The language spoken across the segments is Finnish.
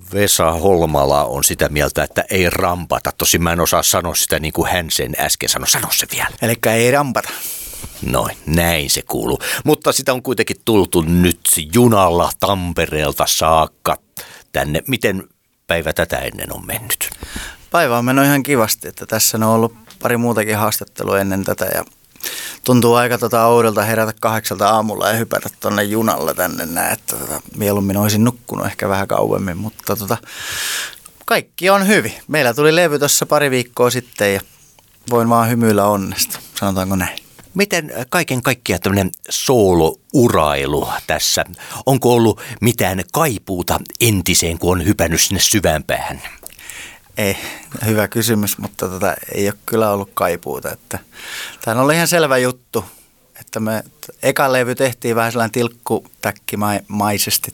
Vesa Holmala on sitä mieltä, että ei rampata. Tosin mä en osaa sanoa sitä niin kuin hän sen äsken sanoi. Sano se vielä. Elikkä ei rampata. Noin, näin se kuuluu. Mutta sitä on kuitenkin tultu nyt junalla Tampereelta saakka tänne. Miten päivä tätä ennen on mennyt? Päivä on mennyt ihan kivasti, että tässä on ollut pari muutakin haastattelua ennen tätä ja tuntuu aika oudolta herätä 8 aamulla ja hypätä tonne junalla tänne näin, että mieluummin olisin nukkunut ehkä vähän kauemmin, mutta kaikki on hyvin. Meillä tuli levy tuossa pari viikkoa sitten ja voin vaan hymyillä onnesta, sanotaanko näin. Miten kaiken kaikkiaan tämmöinen soolo-urailu tässä? Onko ollut mitään kaipuuta entiseen, kun on hypännyt sinne syvään päähän? Ei, hyvä kysymys, mutta ei ole kyllä ollut kaipuuta. Tämä on ollut ihan selvä juttu, että me eka levy tehtiin vähän sellainen tilkkutäkkimaisesti.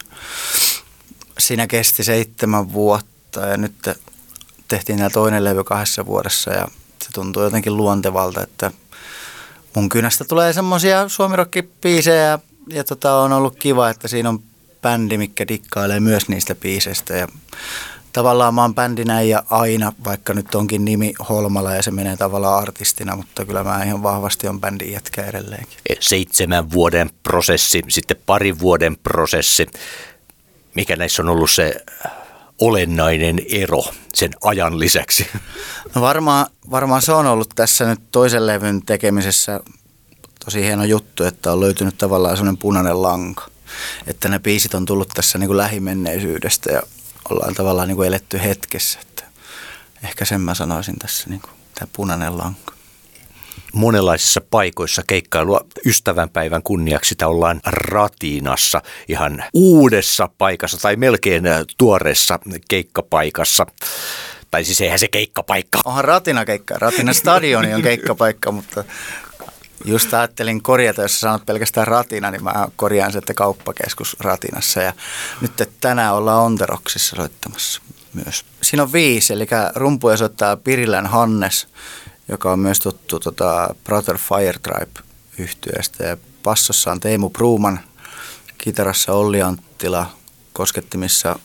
Siinä kesti 7 vuotta ja nyt tehtiin tämä toinen levy 2 vuodessa ja se tuntuu jotenkin luontevalta, että mun kynästä tulee semmoisia suomirokkibiisejä ja on ollut kiva, että siinä on bändi, mikä dikkailee myös niistä biiseistä ja tavallaan mä oon bändinäijä aina, vaikka nyt onkin nimi Holmala ja se menee tavallaan artistina, mutta kyllä mä ihan vahvasti on bändin jätkä edelleenkin. 7 vuoden prosessi, sitten 2 vuoden prosessi. Mikä näissä on ollut se olennainen ero sen ajan lisäksi? No varmaan se on ollut tässä nyt toisen levyn tekemisessä tosi hieno juttu, että on löytynyt tavallaan sellainen punainen lanka, että ne biisit on tullut tässä niin kuin lähimenneisyydestä ja ollaan tavallaan niin kuin eletty hetkessä, että ehkä sen mä sanoisin tässä, niin kuin tämä punainen lanka. Monenlaisissa paikoissa keikkailua ystävänpäivän kunniaksi sitä ollaan Ratinassa, ihan uudessa paikassa tai melkein tuoreessa keikkapaikassa. Tai siis eihän se keikkapaikka. Onhan Ratina keikka. Ratina stadioni on keikkapaikka, mutta just ajattelin korjata, jos sanot pelkästään Ratina, niin mä korjaan se, että kauppakeskus Ratinassa. Ja nyt tänään ollaan Onteroksissa soittamassa myös. Siinä on 5, eli rumpuja soittaa Pirilän Hannes, joka on myös tuttu Brother Firetribe-yhtyeestä. Ja bassossa on Teemu Bruman, kitarassa Olli Anttila, koskettimissa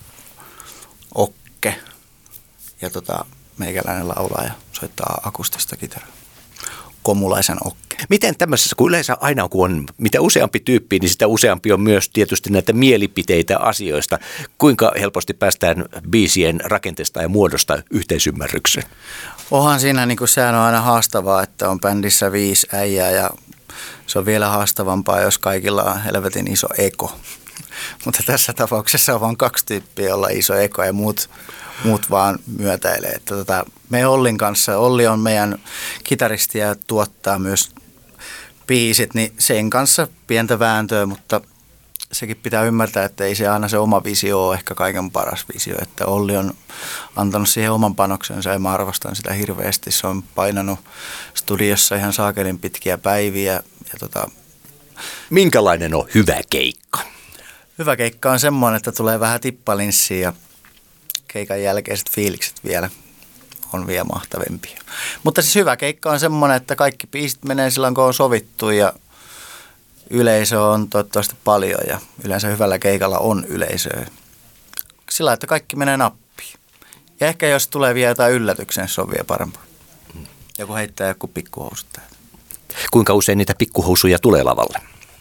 Okke ja meikäläinen laulaa ja soittaa akustista kitaraa. Komulaisen Okke. Miten tämmöisessä, kun yleensä aina kun on mitä useampi tyyppi, niin sitä useampi on myös tietysti näitä mielipiteitä asioista. Kuinka helposti päästään biisien rakenteesta ja muodosta yhteisymmärrykseen? Onhan siinä, niin kuin sehän on aina haastavaa, että on bändissä 5 äijää ja se on vielä haastavampaa, jos kaikilla on helvetin iso ego. Mutta tässä tapauksessa on vain 2 tyyppiä, jolla iso ego ja muut vaan myötäilee. Että me Ollin kanssa, Olli on meidän kitaristi ja tuottaa myös biisit, niin sen kanssa pientä vääntöä, mutta sekin pitää ymmärtää, että ei se aina se oma visio ole ehkä kaiken paras visio. Että Olli on antanut siihen oman panoksensa ja mä arvostan sitä hirveästi. Se on painanut studiossa ihan saakelin pitkiä päiviä. Minkälainen on hyvä keikka? Hyvä keikka on semmoinen, että tulee vähän tippalinssiä ja keikan jälkeiset fiilikset on vielä mahtavempia. Mutta siis hyvä keikka on semmoinen, että kaikki biisit menee silloin, kun on sovittu ja yleisö on toivottavasti paljon ja yleensä hyvällä keikalla on yleisöä. Sillä että kaikki menee nappiin. Ja ehkä jos tulee vielä jotain yllätyksen, se on vielä parempaa. Joku heittää joku pikkuhousut täältä. Kuinka usein niitä pikkuhousuja tulee lavalle?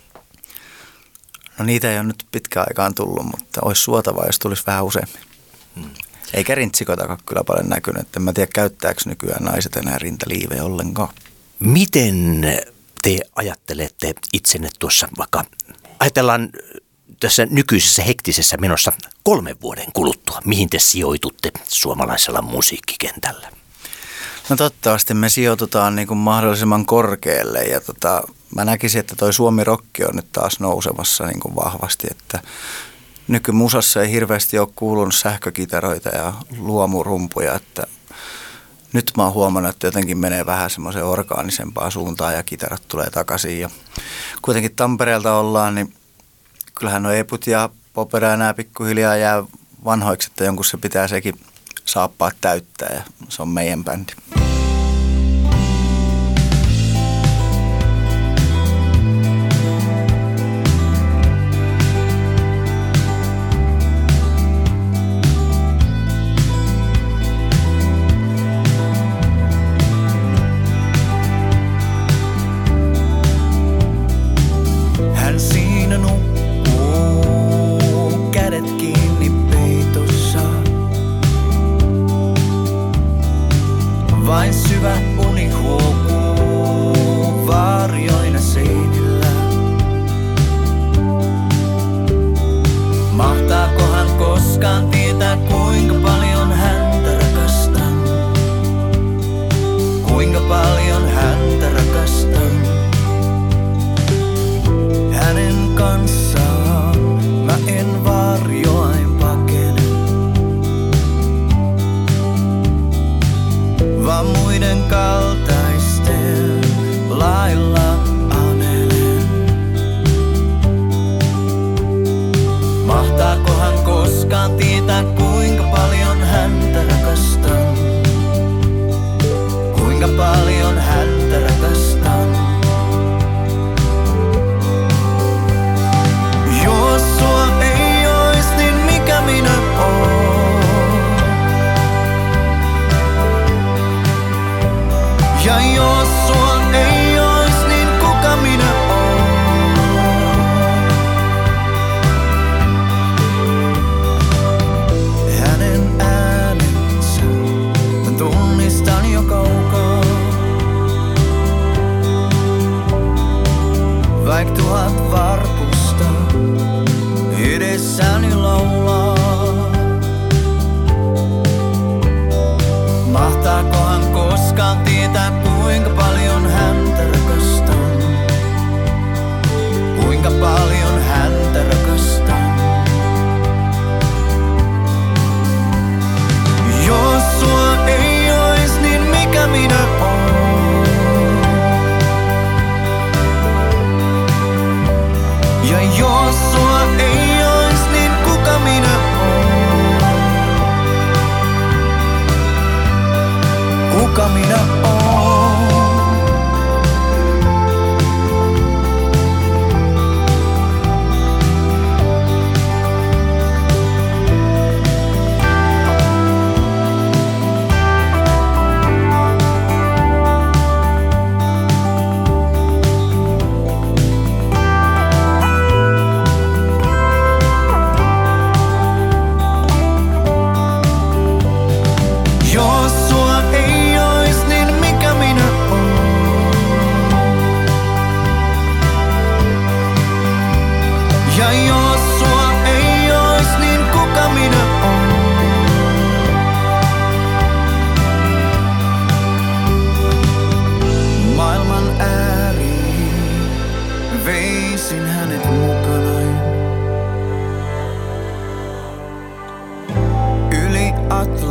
No niitä ei ole nyt pitkään aikaan tullut, mutta olisi suotavaa, jos tulisi vähän useammin. Eikä rintsikotakaan kyllä paljon näkynyt. En mä tiedä, käyttääkö nykyään naiset enää rintaliivejä ollenkaan. Miten te ajattelette itsenne tuossa, vaikka ajatellaan tässä nykyisessä hektisessä menossa 3 vuoden kuluttua, mihin te sijoitutte suomalaisella musiikkikentällä? No toivottavasti me sijoitutaan niin kuin mahdollisimman korkealle ja mä näkisin, että toi Suomi-rokki on nyt taas nousemassa niin kuin vahvasti, että nykymusassa ei hirveästi ole kuulunut sähkökitaroita ja luomurumpuja, että nyt mä oon huomannut, että jotenkin menee vähän semmoiseen orgaanisempaan suuntaan ja kitarat tulee takaisin. Ja kuitenkin Tampereelta ollaan, niin kyllähän nuo eput ja popera enää pikkuhiljaa jää vanhoiksi, että jonkun se pitää sekin saappaat täyttää ja se on meidän bändi.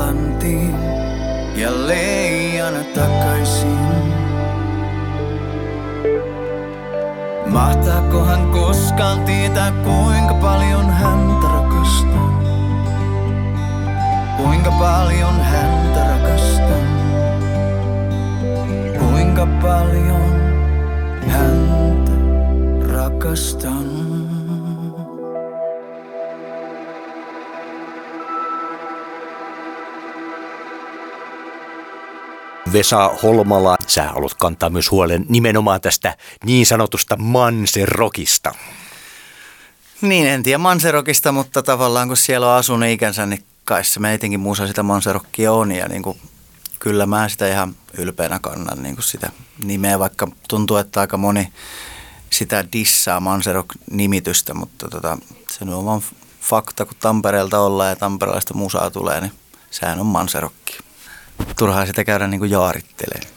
Atlantiin ja leijana takaisin. Mahtaako hän koskaan tietää, kuinka paljon häntä rakastan? Kuinka paljon häntä rakastan? Kuinka paljon häntä rakastan? Vesa Holmala, sä haluat kantaa myös huolen nimenomaan tästä niin sanotusta manserokista. Niin, en tiedä manserokista, mutta tavallaan kun siellä on asunut ikänsä, niin kai se meitinkin muussa sitä manserokkia on. Ja niin kuin, kyllä mä sitä ihan ylpeänä kannan niin kuin sitä nimeä, vaikka tuntuu, että aika moni sitä dissaa manserok-nimitystä, mutta se on vaan fakta, kun Tampereelta ollaan ja tamperelaista musaa tulee, niin sehän on manserokki. Turhaa sitä käydä niin kuin jaarittelemaan.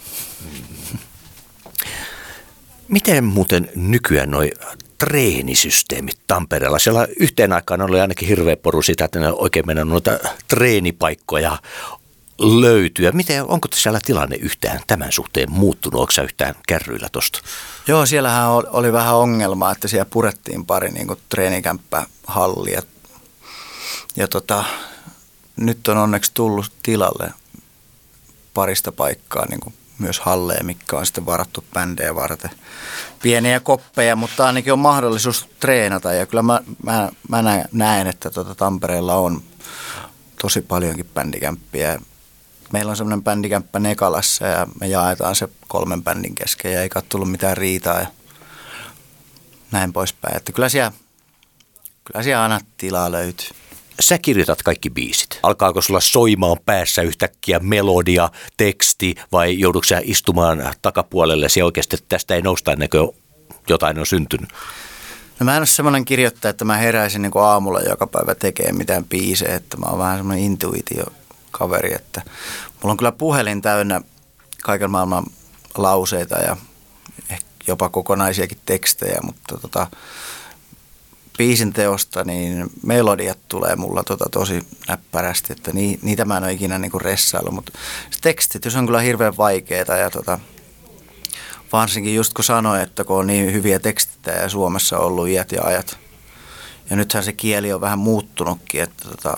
Miten muuten nykyään noi treenisysteemit Tampereella? Siellä yhteen aikaan oli ainakin hirveä poru sitä, että ne oikein mennä noita treenipaikkoja löytyä. Onko siellä tilanne yhtään tämän suhteen muuttunut? Onko sä yhtään kärryillä tosta? Joo, siellähän oli vähän ongelmaa, että siellä purettiin pari niin kuin treenikämppähallia. Ja nyt on onneksi tullut tilalle parista paikkaa niin kuin myös halleja, mitkä on sitten varattu bändejä varten. Pieniä koppeja, mutta ainakin on mahdollisuus treenata. Ja kyllä mä näen, että Tampereella on tosi paljonkin bändikämppiä. Meillä on semmoinen bändikämppä Nekalassa ja me jaetaan se 3 bändin kesken ja eikä ole tullut mitään riitaa ja näin poispäin. Että kyllä siellä aina tilaa löytyy. Sä kirjoitat kaikki biisit. Alkaako sulla soimaan päässä yhtäkkiä melodia, teksti vai joudutko sä istumaan takapuolelle ja oikeasti tästä ei nousta ennen kuin jotain on syntynyt? No mä en ole semmoinen kirjoittaja, että mä heräisin niin kuin aamulla joka päivä tekemään mitään biisejä, että mä oon vähän semmoinen intuitiokaveri, että mulla on kyllä puhelin täynnä kaiken maailman lauseita ja jopa kokonaisiakin tekstejä, mutta biisin teosta, niin melodiat tulee mulla tosi näppärästi, että niitä mä en ole ikinä niinku ressaillut, mutta se tekstitys on kyllä hirveän vaikeeta ja varsinkin just kun sanoin, että kun on niin hyviä tekstitä ja Suomessa on ollut iät ja ajat ja nythän se kieli on vähän muuttunutkin, että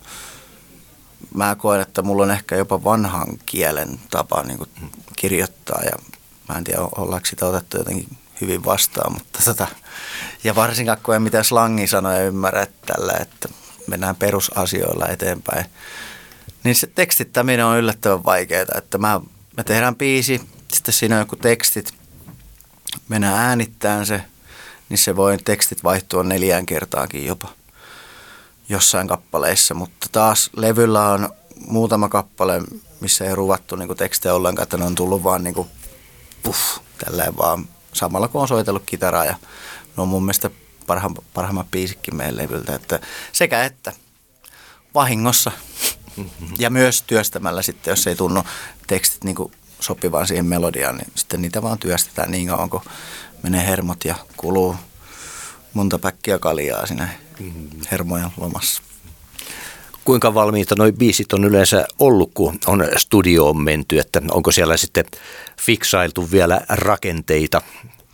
mä koen, että mulla on ehkä jopa vanhan kielen tapa niinku kirjoittaa ja mä en tiedä, ollaanko sitä otettu jotenkin hyvin vastaan, mutta ja varsinkaan kun ei mitään slangisanoja ymmärrä tällä, että mennään perusasioilla eteenpäin, niin se tekstittäminen on yllättävän vaikeaa, että me tehdään biisi, sitten siinä on joku tekstit, mennään äänittämään se, niin se voi tekstit vaihtua 4 kertaakin jopa jossain kappaleissa, mutta taas levyllä on muutama kappale, missä ei ruvattu niin kuin tekstejä ollenkaan, että ne on tullut vaan niin kuin tälleen vaan samalla kun on soitellut kitaraa ja ne on mun mielestä parhaimmat biisikin meidän levyltä, että sekä että vahingossa ja myös työstämällä sitten, jos ei tunnu tekstit niin kuin sopivan siihen melodiaan, niin sitten niitä vaan työstetään niin kauan, kun menee hermot ja kuluu monta päkkiä kaljaa siinä hermojen lomassa. Kuinka valmiita noi biisit on yleensä ollut, kun on studioon menty, että onko siellä sitten fiksailtu vielä rakenteita?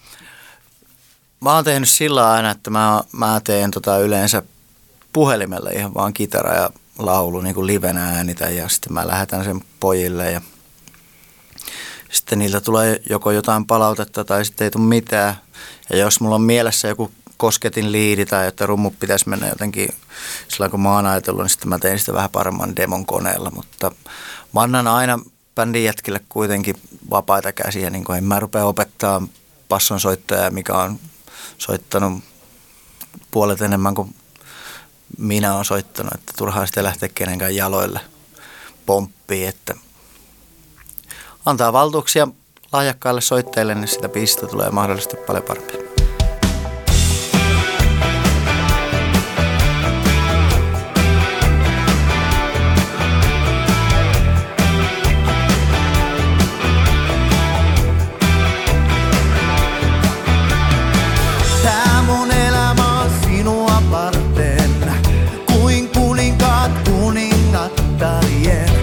Mä oon tehnyt sillä aina, että mä teen yleensä puhelimella ihan vaan kitara ja laulu niin kuin livenä äänitä ja sitten mä lähetän sen pojille ja sitten niiltä tulee joko jotain palautetta tai sitten ei tule mitään. Ja jos mulla on mielessä joku kosketin liidi tai että rummut pitäisi mennä jotenkin sillä kun mä oon ajatellut, niin sitten mä tein sitä vähän paremman demon koneella, mutta mä annan aina bändin jätkille kuitenkin vapaita käsiä, niin kuin en mä rupea opettaa bassonsoittajaa, mikä on soittanut puolet enemmän kuin minä olen soittanut, että turhaa sitten lähteä kenenkään jaloille pomppiin, että antaa valtuuksia lahjakkaille soittajille, niin sitä biisistä tulee mahdollisesti paljon parempi. Kuin kuninkaat kuningattarien.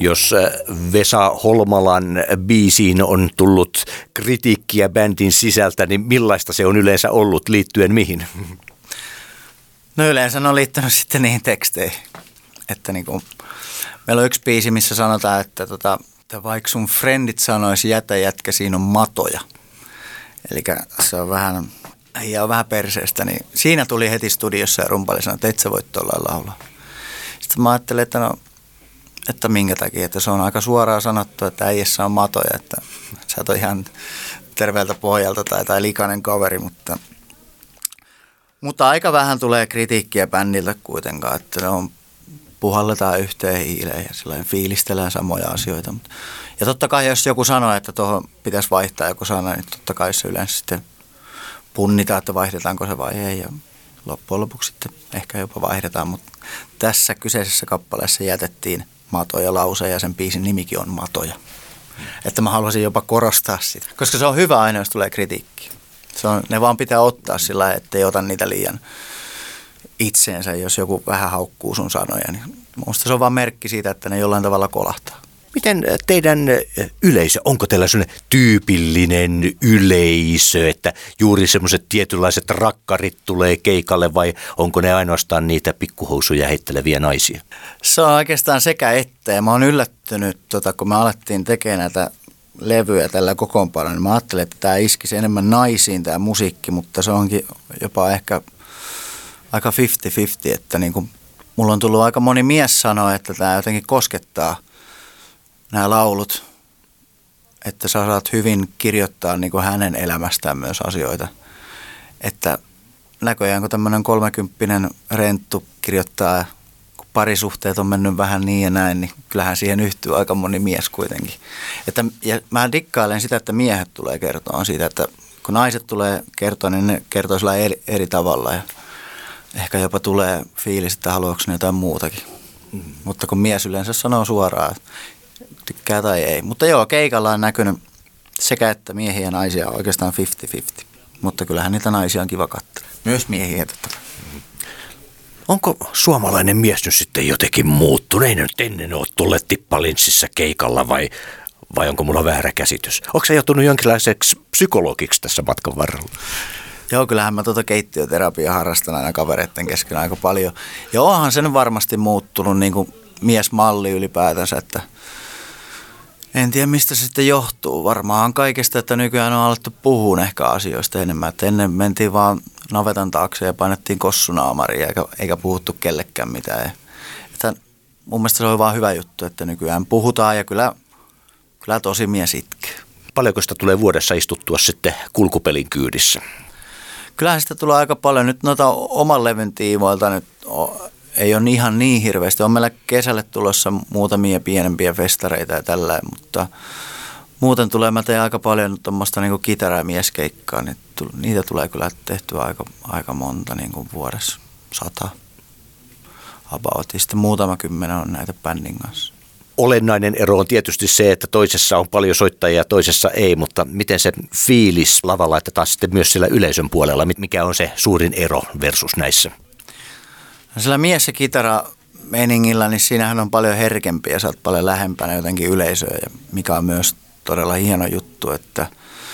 Jos Vesa Holmalan biisiin on tullut kritiikkiä bändin sisältä, niin millaista se on yleensä ollut liittyen mihin? No yleensä ne on liittynyt sitten niihin teksteihin. Että niinku, meillä on yksi biisi, missä sanotaan, että vaikka sun friendit sanois jätkä, siinä on matoja. Eli se on vähän, ja vähän perseestä, niin siinä tuli heti studiossa ja rumpali sanoi, että et sä voit tuolla laulaa. Sitten mä ajattelin, että minkä takia, että se on aika suoraan sanottu, että äijässä on matoja, että sä et ole ihan terveeltä pohjalta tai likainen kaveri, mutta aika vähän tulee kritiikkiä bändiltä kuitenkaan, että ne on puhalletaan yhteen hiileen ja silloin fiilistellään samoja asioita. Ja totta kai, jos joku sanoo, että tuohon pitäisi vaihtaa joku sana, niin totta kai se yleensä sitten punnitaan, että vaihdetaanko se vai ei. Ja loppujen lopuksi sitten ehkä jopa vaihdetaan, mutta tässä kyseisessä kappaleessa jätettiin matoja lause ja sen biisin nimikin on Matoja. Että mä haluaisin jopa korostaa sitä, koska se on hyvä aina, jos tulee kritiikki. Ne vaan pitää ottaa sillä lailla, ettei ota niitä liian itseensä, jos joku vähän haukkuu sun sanoja. Niin minusta se on vaan merkki siitä, että ne jollain tavalla kolahtaa. Miten teidän yleisö, onko teillä sellainen tyypillinen yleisö, että juuri semmoiset tietynlaiset rakkarit tulee keikalle vai onko ne ainoastaan niitä pikkuhousuja heitteleviä naisia? Se on oikeastaan sekä että ja mä oon yllättynyt, kun me alettiin tekemään näitä levyjä tällä kokoonpanolla, niin mä ajattelin, että tämä iskisi enemmän naisiin tämä musiikki, mutta se onkin jopa ehkä aika 50-50, että niin kuin mulla on tullut aika moni mies sanoa, että tämä jotenkin koskettaa nämä laulut, että sä saat hyvin kirjoittaa niin kuin hänen elämästään myös asioita. Että näköjään kun tämmöinen 30 renttu kirjoittaa, kun parisuhteet on mennyt vähän niin ja näin, niin kyllähän siihen yhtyy aika moni mies kuitenkin. Ja mä dikkailen sitä, että miehet tulee kertoa siitä, että kun naiset tulee kertoa, niin ne kertoo sillä eri tavalla ja ehkä jopa tulee fiilis, että haluatko ne jotain muutakin. Mutta kun mies yleensä sanoo suoraan, tykkää tai ei. Mutta joo, keikalla on näkynyt sekä että miehiä ja naisia oikeastaan 50-50. Mutta kyllähän niitä naisia on kiva katsoa. Myös miehiä totta. Onko suomalainen mies nyt sitten jotenkin muuttunut? Ei nyt ennen ole tulleet tippalinssissä keikalla vai onko mulla väärä käsitys? Onko se joutunut jonkinlaiseksi psykologiksi tässä matkan varrella? Joo, kyllähän mä keittiöterapiaa harrastan aina kavereiden kesken aika paljon. Ja onhan sen varmasti muuttunut niin kuin miesmalli ylipäätänsä, että en tiedä mistä se sitten johtuu. Varmaan kaikesta, että nykyään on alettu puhua ehkä asioista enemmän. Että ennen mentiin vaan navetan taakse ja painettiin kossunaamaria eikä puhuttu kellekään mitään. Että mun mielestä se on vaan hyvä juttu, että nykyään puhutaan ja kyllä tosi mies itkee. Paljonko sitä tulee vuodessa istuttua sitten kulkupelin kyydissä? Kyllähän sitä tulee aika paljon. Nyt noita oman levyn tiimoilta nyt ei ole ihan niin hirveästi. On meillä kesälle tulossa muutamia pienempiä festareita ja tällä, mutta muuten tulee, mä teen aika paljon tuommoista niin kitara- ja mieskeikkaa, niin niitä tulee kyllä tehtyä aika monta niin kuin vuodessa, 100 about. Ja sitten muutama 10 on näitä bändin kanssa. Olennainen ero on tietysti se, että toisessa on paljon soittajia ja toisessa ei, mutta miten se fiilis lavalla, että taas sitten myös sillä yleisön puolella, mikä on se suurin ero versus näissä? No sillä mies- ja kitara-meningillä, niin siinähän on paljon herkempi ja sä oot paljon lähempänä jotenkin yleisöä, ja mikä on myös todella hieno juttu, että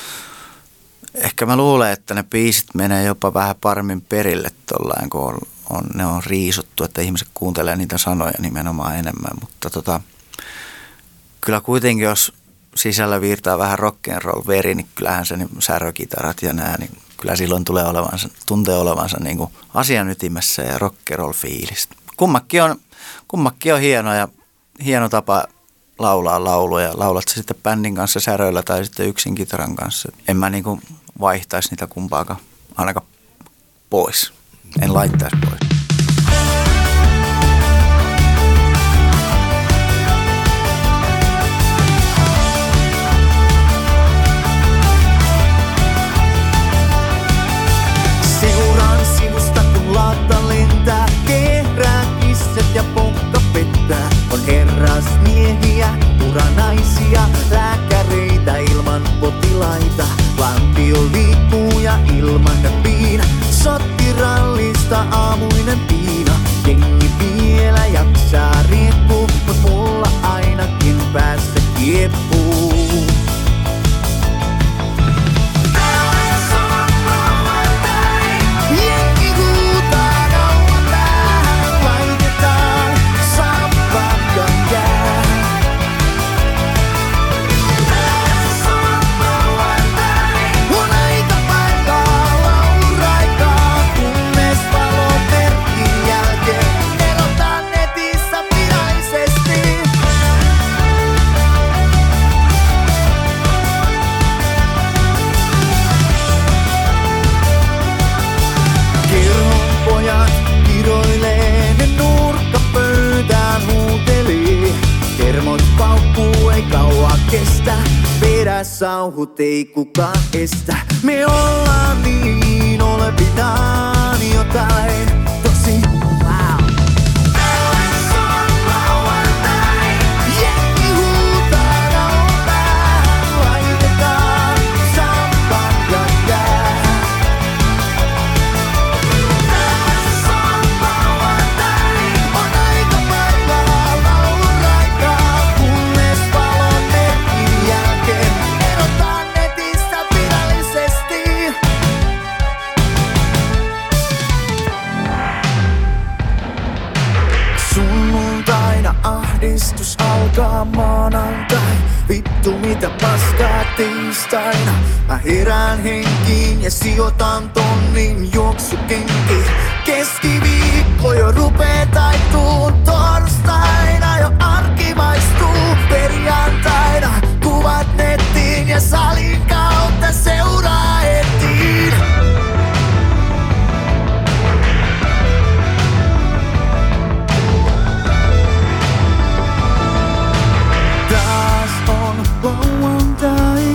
ehkä mä luulen, että ne biisit menee jopa vähän paremmin perille tollain, kun ne on riisuttu, että ihmiset kuuntelee niitä sanoja nimenomaan enemmän, mutta kyllä kuitenkin, jos sisällä viirtaa vähän rock'n'roll veri, niin kyllähän se särökitarat ja nämä, niin kyllä silloin tuntee olevansa niin kuin asian ytimessä ja rock'n'roll fiilis. Kummakin on hieno tapa laulaa lauluja. Laulat se sitten bändin kanssa säröillä tai sitten yksin kitaran kanssa. En mä niin kuin vaihtaisi niitä kumpaakaan ainakaan pois. En laittaisi pois. Seuraan sivusta, kun lautta lentää, kerää kisset ja pokka pettää. On herrasmiehiä, uranaisia, lääkäreitä ilman potilaita. Lampio liikkuu ja ilman piina, sottirallista aamu paukkuu, ei kauan kestä. Vedä sauhut, ei kukaan estä. Me ollaan niin olevinaan jotain tosi wow. Jengi huutaa rauhaa, laitetaan champagne jää. On aika päivää, laulun aikaa, kunnes valon merkin jälkeen erotaan netistä virallisesti. Sunnuntaina ahdistus alkaa maanantai. Vittu mitä paskaa tiistaina. Mä herään henkiin ja sijoitan tonnin juoksukenkiin. Keskiviikko jo rupee taittuun. Torstaina jo arki maistuu. Perjantaina kuvat nettiin ja salin kautta seuraa etiin. Taas on lauantai.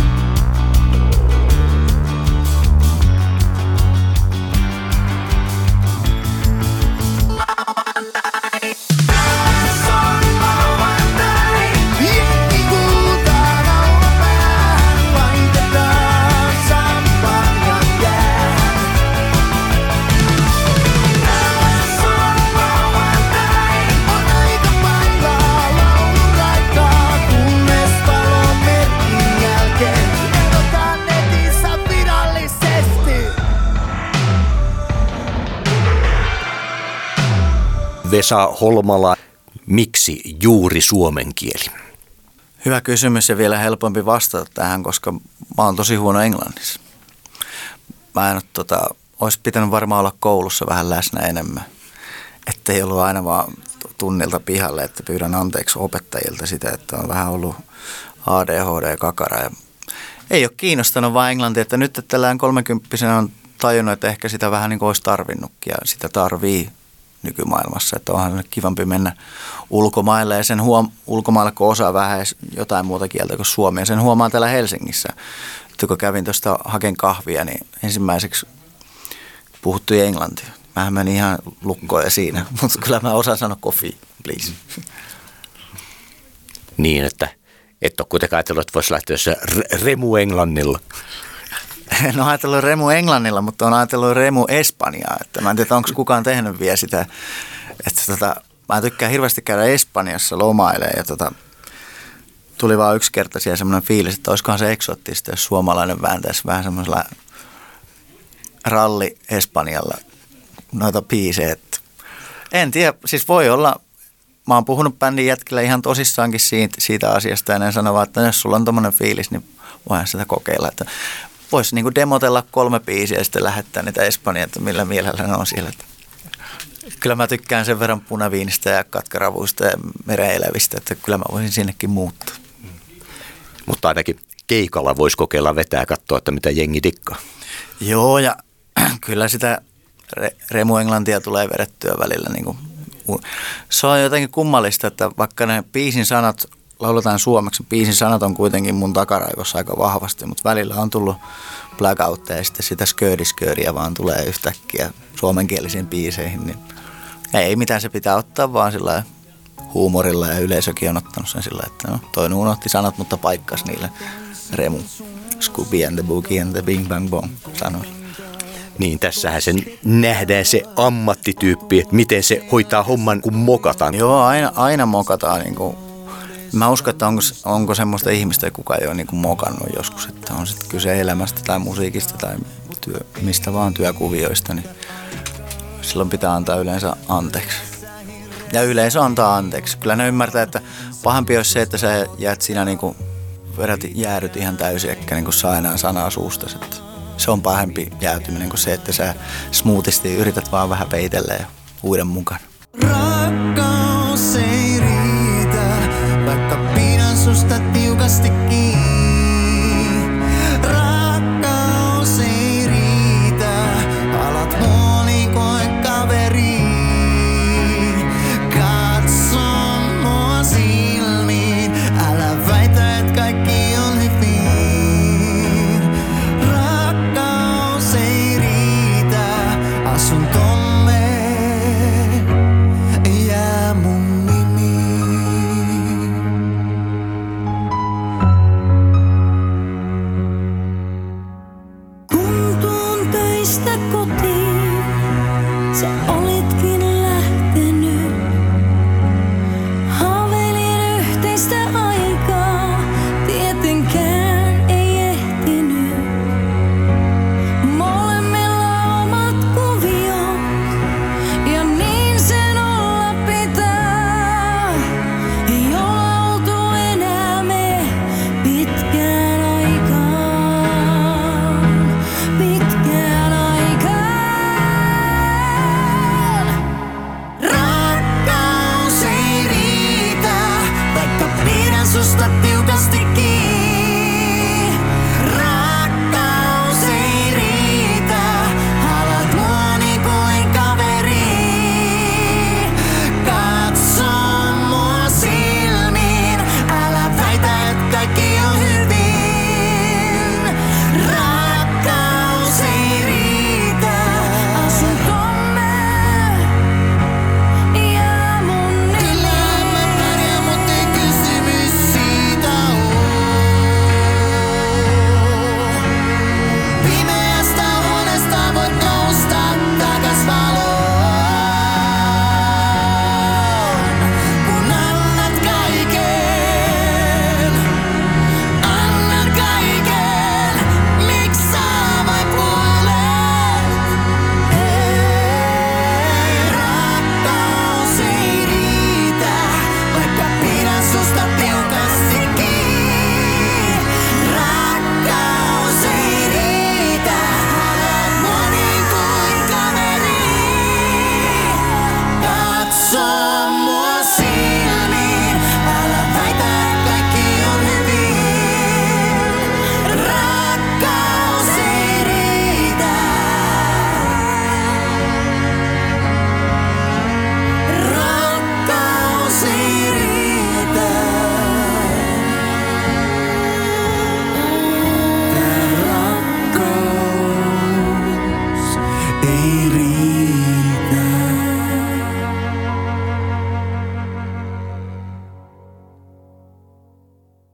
Jengi huutaa rauhaa, laitetaan champagne jää. On aika päivää, laulun aikaa, kunnes valon merkin jälkeen erotaan netissä virallisesti. Vesa Holmala, miksi juuri suomen kieli? Hyvä kysymys ja vielä helpompi vastata tähän, koska mä oon tosi huono englannissa. Mä en olisi pitänyt varmaan olla koulussa vähän läsnä enemmän. Että ei ollut aina vaan tunnilta pihalle, että pyydän anteeksi opettajilta sitä, että on vähän ollut ADHD-kakara. Ja ei ole kiinnostanut vaan englantia, että nyt että tällään 30-vuotiaana on tajunnut, että ehkä sitä vähän niin kuin olisi tarvinnutkin ja sitä tarvii nykymaailmassa. Että onhan kivampi mennä ulkomaille ja sen ulkomaille, kun osaa vähän jotain muuta kieltä kuin suomea. Sen huomaan täällä Helsingissä, että kun kävin tuosta haken kahvia, niin ensimmäiseksi puhuttui englantia. Mähän menin ihan lukkoon siinä, mutta kyllä mä osaan sanoa coffee, please. Niin, että et ole kuitenkaan ajatellut, että voisi lähteä se remu englannilla. En ole ajatellut remu englannilla, mutta on ajatellut remu espanjaa. Että mä en tiedä, onko kukaan tehnyt vielä sitä. Että mä tykkään hirveästi käydä Espanjassa lomailemaan ja tuli vaan yksi kerta siellä semmoinen fiilis, että olisikohan se eksoottista, jos suomalainen vääntäisi vähän semmoisella ralli Espanjalla noita biisejä. En tiedä, siis voi olla, mä oon puhunut bändin jätkillä ihan tosissaankin siitä asiasta ja ne sanoo, että jos sulla on tommoinen fiilis, niin voihan sitä kokeilla. Että voisi niinku demotella 3 biisiä ja sitten lähettää niitä Espanjaa, että millä mielellä ne on siellä. Kyllä mä tykkään sen verran punaviinistä ja katkaravuista ja merenelävistä, että kyllä mä voisin sinnekin muuttaa. Mutta ainakin keikalla voisi kokeilla vetää ja katsoa, että mitä jengi dikkaa. Joo, ja kyllä sitä remu-englantia tulee vedettyä välillä. Niin kuin. Se on jotenkin kummallista, että vaikka ne biisin sanat lauletaan suomeksi, biisin sanat on kuitenkin mun takaraivossa aika vahvasti, mutta välillä on tullut blackoutteja ja sitten sitä skööriä vaan tulee yhtäkkiä suomenkielisiin biiseihin. Niin ei mitään, se pitää ottaa vaan sillä huumorilla ja yleisökin on ottanut sen sillä, että no, toinen unohti sanat, mutta paikkas niille remu, Scooby and the Boogie and the Bing Bang Bong sanoilla. Niin, tässähän sen nähdään se ammattityyppi, että miten se hoitaa homman, kun mokataan. Joo, aina mokataan. Niin kuin, mä uskon, että onko semmoista ihmistä, kuka ei ole niin kuin mokannut joskus, että on sitten kyse elämästä tai musiikista tai mistä vaan työkuvioista, niin silloin pitää antaa yleensä anteeksi. Ja yleensä antaa anteeksi. Kyllä ne ymmärtää, että pahempi olisi se, että sä jäät siinä niin kuin jäädyt ihan täysin, eikä niin kuin saa enää sanaa suustasi. Se on pahempi jäätyminen kuin se, että sä smoothisti yrität vaan vähän peitellä ja uuden mukaan. Rakkaus ei riitä, vaikka pidän susta tiukasti kiinni. Rakkaus ei riitä, alat huoli koe kaveri. Katso mua silmiin, susta tiukasti kiinni.